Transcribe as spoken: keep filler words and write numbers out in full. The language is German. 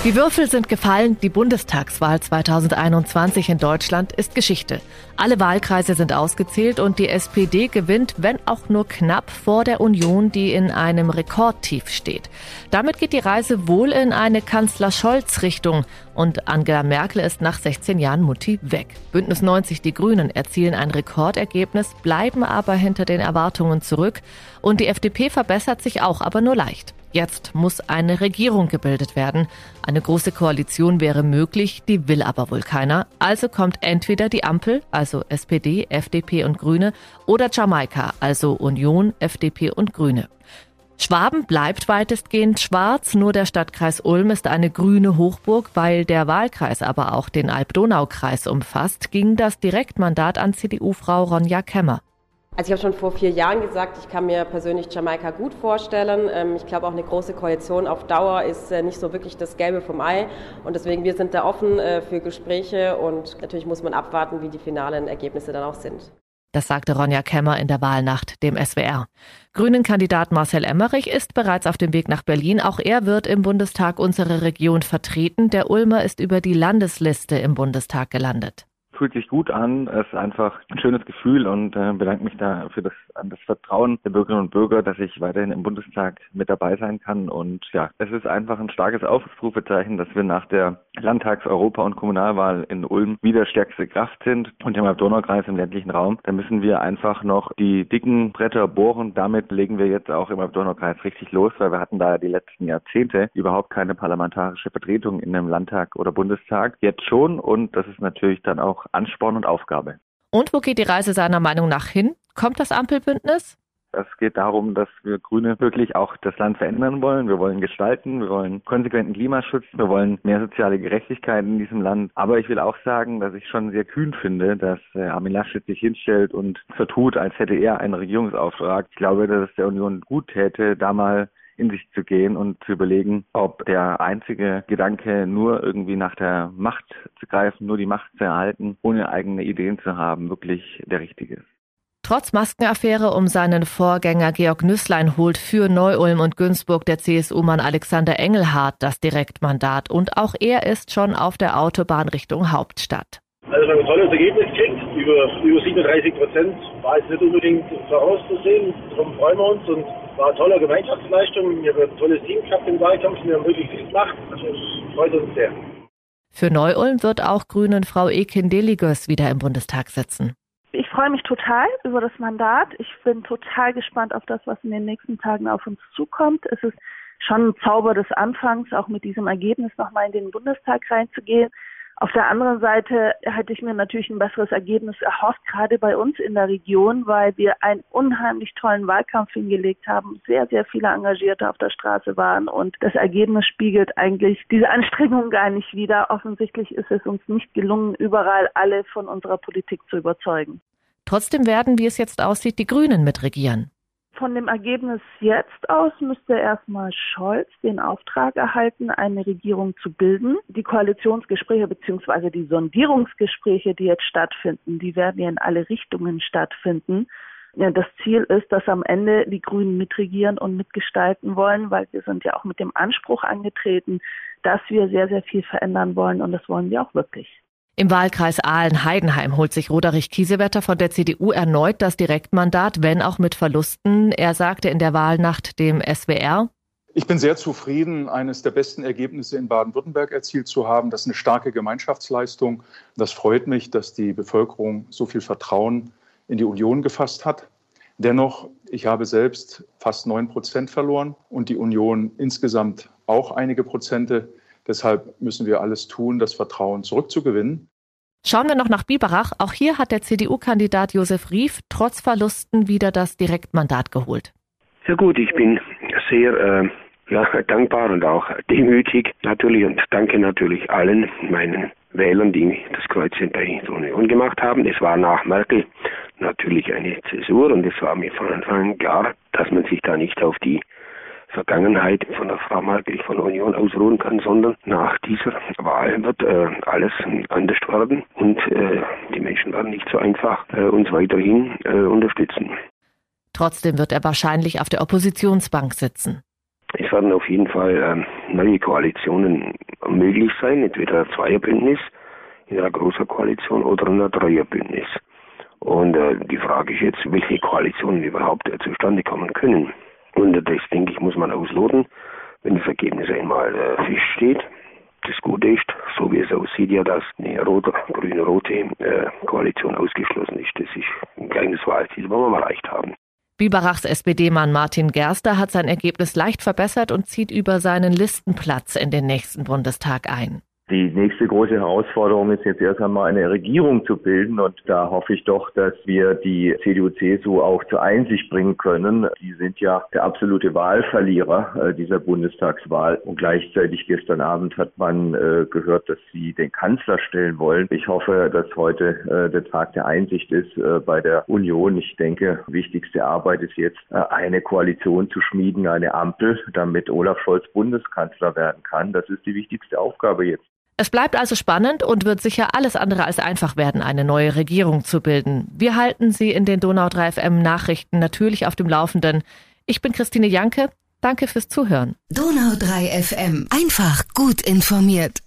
Die Würfel sind gefallen, die Bundestagswahl zweitausendeinundzwanzig in Deutschland ist Geschichte. Alle Wahlkreise sind ausgezählt und die S P D gewinnt, wenn auch nur knapp, vor der Union, die in einem Rekordtief steht. Damit geht die Reise wohl in eine Kanzler-Scholz-Richtung und Angela Merkel ist nach sechzehn Jahren Mutti weg. Bündnis neunzig, die Grünen, erzielen ein Rekordergebnis, bleiben aber hinter den Erwartungen zurück und die F D P verbessert sich auch, aber nur leicht. Jetzt muss eine Regierung gebildet werden. Eine große Koalition wäre möglich, die will aber wohl keiner. Also kommt entweder die Ampel, also S P D, F D P und Grüne, oder Jamaika, also Union, F D P und Grüne. Schwaben bleibt weitestgehend schwarz, nur der Stadtkreis Ulm ist eine grüne Hochburg, weil der Wahlkreis aber auch den Alb-Donau-Kreis umfasst, ging das Direktmandat an C D U-Frau Ronja Kemmer. Also ich habe schon vor vier Jahren gesagt, ich kann mir persönlich Jamaika gut vorstellen. Ich glaube auch eine große Koalition auf Dauer ist nicht so wirklich das Gelbe vom Ei und deswegen wir sind da offen für Gespräche und natürlich muss man abwarten, wie die finalen Ergebnisse dann auch sind. Das sagte Ronja Kemmer in der Wahlnacht dem S W R. Grünen-Kandidat Marcel Emmerich ist bereits auf dem Weg nach Berlin. Auch er wird im Bundestag unsere Region vertreten. Der Ulmer ist über die Landesliste im Bundestag gelandet. Fühlt sich gut an, es ist einfach ein schönes Gefühl und äh, bedanke mich da für das, an das Vertrauen der Bürgerinnen und Bürger, dass ich weiterhin im Bundestag mit dabei sein kann. Und ja, es ist einfach ein starkes Aufrufezeichen, dass wir nach der Landtags-, Europa- und Kommunalwahl in Ulm wieder stärkste Kraft sind und im Alb-Donau-Kreis im ländlichen Raum. Da müssen wir einfach noch die dicken Bretter bohren. Damit legen wir jetzt auch im Alb-Donau-Kreis richtig los, weil wir hatten da die letzten Jahrzehnte überhaupt keine parlamentarische Vertretung in einem Landtag oder Bundestag. Jetzt schon und das ist natürlich dann auch Ansporn und Aufgabe. Und wo geht die Reise seiner Meinung nach hin? Kommt das Ampelbündnis? Es geht darum, dass wir Grüne wirklich auch das Land verändern wollen. Wir wollen gestalten, wir wollen konsequenten Klimaschutz, wir wollen mehr soziale Gerechtigkeit in diesem Land. Aber ich will auch sagen, dass ich schon sehr kühn finde, dass äh, Armin Laschet sich hinstellt und so tut, als hätte er einen Regierungsauftrag. Ich glaube, dass es der Union gut täte, da mal in sich zu gehen und zu überlegen, ob der einzige Gedanke, nur irgendwie nach der Macht zu greifen, nur die Macht zu erhalten, ohne eigene Ideen zu haben, wirklich der richtige ist. Trotz Maskenaffäre um seinen Vorgänger Georg Nüßlein holt für Neu-Ulm und Günzburg der C S U-Mann Alexander Engelhardt das Direktmandat und auch er ist schon auf der Autobahn Richtung Hauptstadt. Also ein tolles Ergebnis kriegt, über, über siebenunddreißig Prozent war es nicht unbedingt vorauszusehen, darum freuen wir uns und war eine tolle Gemeinschaftsleistung, wir haben ein tolles Team gehabt im Wahlkampf, wir haben wirklich viel gemacht, also es freut uns sehr. Für Neu-Ulm wird auch Grünen Frau Ekin Deligös wieder im Bundestag sitzen. Ich freue mich total über das Mandat. Ich bin total gespannt auf das, was in den nächsten Tagen auf uns zukommt. Es ist schon ein Zauber des Anfangs, auch mit diesem Ergebnis nochmal in den Bundestag reinzugehen. Auf der anderen Seite hätte ich mir natürlich ein besseres Ergebnis erhofft, gerade bei uns in der Region, weil wir einen unheimlich tollen Wahlkampf hingelegt haben, sehr, sehr viele Engagierte auf der Straße waren und das Ergebnis spiegelt eigentlich diese Anstrengungen gar nicht wider. Offensichtlich ist es uns nicht gelungen, überall alle von unserer Politik zu überzeugen. Trotzdem werden, wie es jetzt aussieht, die Grünen mitregieren. Von dem Ergebnis jetzt aus müsste erstmal Scholz den Auftrag erhalten, eine Regierung zu bilden. Die Koalitionsgespräche bzw. die Sondierungsgespräche, die jetzt stattfinden, die werden ja in alle Richtungen stattfinden. Ja, das Ziel ist, dass am Ende die Grünen mitregieren und mitgestalten wollen, weil wir sind ja auch mit dem Anspruch angetreten, dass wir sehr, sehr viel verändern wollen und das wollen wir auch wirklich. Im Wahlkreis Aalen-Heidenheim holt sich Roderich Kiesewetter von der C D U erneut das Direktmandat, wenn auch mit Verlusten. Er sagte in der Wahlnacht dem S W R: Ich bin sehr zufrieden, eines der besten Ergebnisse in Baden-Württemberg erzielt zu haben. Das ist eine starke Gemeinschaftsleistung. Das freut mich, dass die Bevölkerung so viel Vertrauen in die Union gefasst hat. Dennoch, ich habe selbst fast neun Prozent verloren und die Union insgesamt auch einige Prozente. Deshalb müssen wir alles tun, das Vertrauen zurückzugewinnen. Schauen wir noch nach Biberach. Auch hier hat der C D U-Kandidat Josef Rief trotz Verlusten wieder das Direktmandat geholt. Sehr gut, ich bin sehr äh, ja, dankbar und auch demütig natürlich und danke natürlich allen meinen Wählern, die das Kreuzchen bei der Union gemacht haben. Es war nach Merkel natürlich eine Zäsur und es war mir von Anfang an klar, dass man sich da nicht auf die Vergangenheit von der Frau Merkel von der Union ausruhen kann, sondern nach dieser Wahl wird äh, alles anders werden und äh, die Menschen werden nicht so einfach äh, uns weiterhin äh, unterstützen. Trotzdem wird er wahrscheinlich auf der Oppositionsbank sitzen. Es werden auf jeden Fall äh, neue Koalitionen möglich sein, entweder ein Zweierbündnis in einer großen Koalition oder in einer Dreierbündnis. Und äh, die Frage ist jetzt, welche Koalitionen überhaupt äh, zustande kommen können. Und äh, das, denke ich, muss man ausloten, wenn das Ergebnis einmal äh, feststeht. Das Gute ist, so wie es aussieht, ja, dass eine rote, grün-rote äh, Koalition ausgeschlossen ist. Das ist ein kleines Wahlziel, was wir mal erreicht haben. Biberachs S P D-Mann Martin Gerster hat sein Ergebnis leicht verbessert und zieht über seinen Listenplatz in den nächsten Bundestag ein. Die nächste große Herausforderung ist jetzt erst einmal eine Regierung zu bilden und da hoffe ich doch, dass wir die C D U C S U auch zur Einsicht bringen können. Die sind ja der absolute Wahlverlierer äh, dieser Bundestagswahl und gleichzeitig gestern Abend hat man äh, gehört, dass sie den Kanzler stellen wollen. Ich hoffe, dass heute äh, der Tag der Einsicht ist äh, bei der Union. Ich denke, wichtigste Arbeit ist jetzt äh, eine Koalition zu schmieden, eine Ampel, damit Olaf Scholz Bundeskanzler werden kann. Das ist die wichtigste Aufgabe jetzt. Es bleibt also spannend und wird sicher alles andere als einfach werden, eine neue Regierung zu bilden. Wir halten Sie in den Donau drei F M Nachrichten natürlich auf dem Laufenden. Ich bin Christine Janke. Danke fürs Zuhören. Donau drei F M. Einfach gut informiert.